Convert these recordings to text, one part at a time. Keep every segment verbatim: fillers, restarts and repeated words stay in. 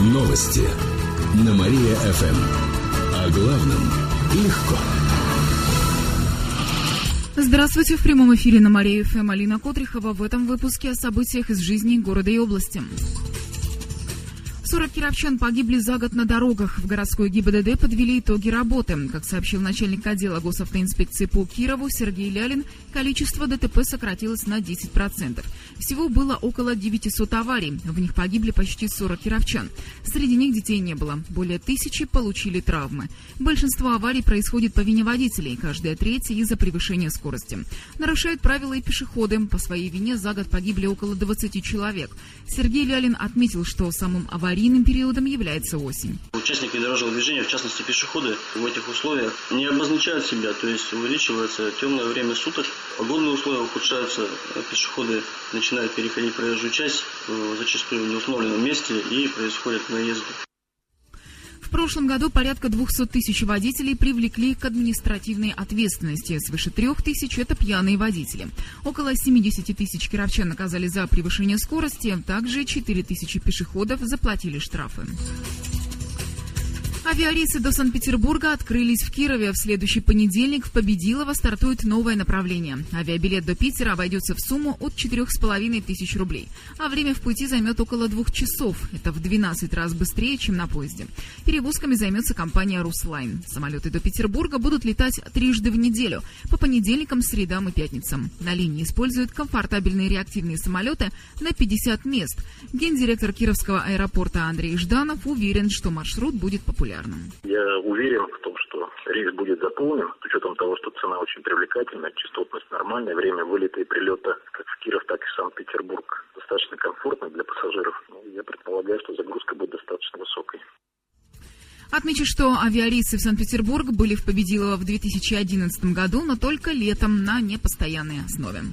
Новости на Мария-ФМ. О главном легко. Здравствуйте, в прямом эфире на Мария-ФМ Алина Котрихова. В этом выпуске о событиях из жизни города и области. сорок кировчан погибли за год на дорогах. В городской ГИБДД подвели итоги работы. Как сообщил начальник отдела госавтоинспекции по Кирову Сергей Лялин, количество ДТП сократилось на десять процентов. Всего было около девятисот аварий. В них погибли почти сорок кировчан. Среди них детей не было. Более тысячи получили травмы. Большинство аварий происходит по вине водителей. Каждая третья из-за превышения скорости. Нарушают правила и пешеходы. По своей вине за год погибли около двадцати человек. Сергей Лялин отметил, что самым аварийным периодом является осень. Участники дорожного движения, в частности пешеходы, в этих условиях не обозначают себя, то есть увеличивается темное время суток, погодные условия ухудшаются, пешеходы начинают переходить проезжую часть, зачастую в неустановленном месте, и происходят наезды. В прошлом году порядка двухсот тысяч водителей привлекли к административной ответственности. Свыше трех тысяч – это пьяные водители. Около семидесяти тысяч кировчан наказали за превышение скорости. Также четыре тысячи пешеходов заплатили штрафы. Авиарейсы до Санкт-Петербурга открылись в Кирове. В следующий понедельник в Победилово стартует новое направление. Авиабилет до Питера обойдется в сумму от четырех с половиной тысяч рублей. А время в пути займет около двух часов. Это в двенадцать раз быстрее, чем на поезде. Перевозками займется компания «Руслайн». Самолеты до Петербурга будут летать трижды в неделю. По понедельникам, средам и пятницам. На линии используют комфортабельные реактивные самолеты на пятьдесят мест. Гендиректор Кировского аэропорта Андрей Жданов уверен, что маршрут будет популярным. Я уверен в том, что рейс будет заполнен, с учетом того, что цена очень привлекательная, частотность нормальная, время вылета и прилета как в Киров, так и в Санкт-Петербург достаточно комфортно для пассажиров. Я предполагаю, что загрузка будет достаточно высокой. Отмечу, что авиарейсы в Санкт-Петербург были в Победилово в две тысячи одиннадцатом году, но только летом на непостоянной основе.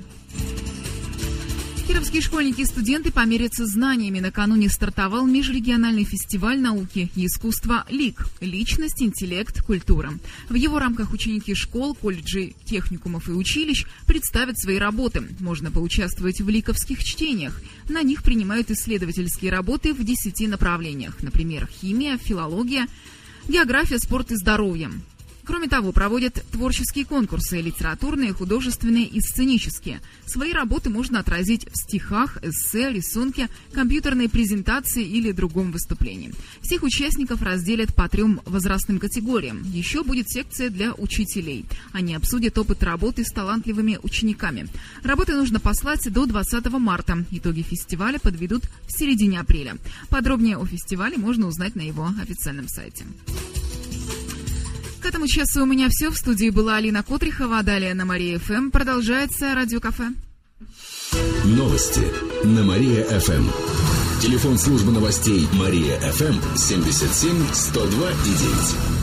Кировские школьники и студенты померятся знаниями. Накануне стартовал межрегиональный фестиваль науки и искусства ЛИК – «Личность, интеллект, культура». В его рамках ученики школ, колледжей, техникумов и училищ представят свои работы. Можно поучаствовать в ликовских чтениях. На них принимают исследовательские работы в десяти направлениях. Например, химия, филология, география, спорт и здоровье. Кроме того, проводят творческие конкурсы – литературные, художественные и сценические. Свои работы можно отразить в стихах, эссе, рисунке, компьютерной презентации или другом выступлении. Всех участников разделят по трем возрастным категориям. Еще будет секция для учителей. Они обсудят опыт работы с талантливыми учениками. Работы нужно послать до двадцатого марта. Итоги фестиваля подведут в середине апреля. Подробнее о фестивале можно узнать на его официальном сайте. К этому часу у меня все. В студии была Алина Котрихова. Далее на Мария-ФМ продолжается радиокафе. Новости на Мария-ФМ. Телефон службы новостей Мария-ФМ семьдесят семь сто два и девять.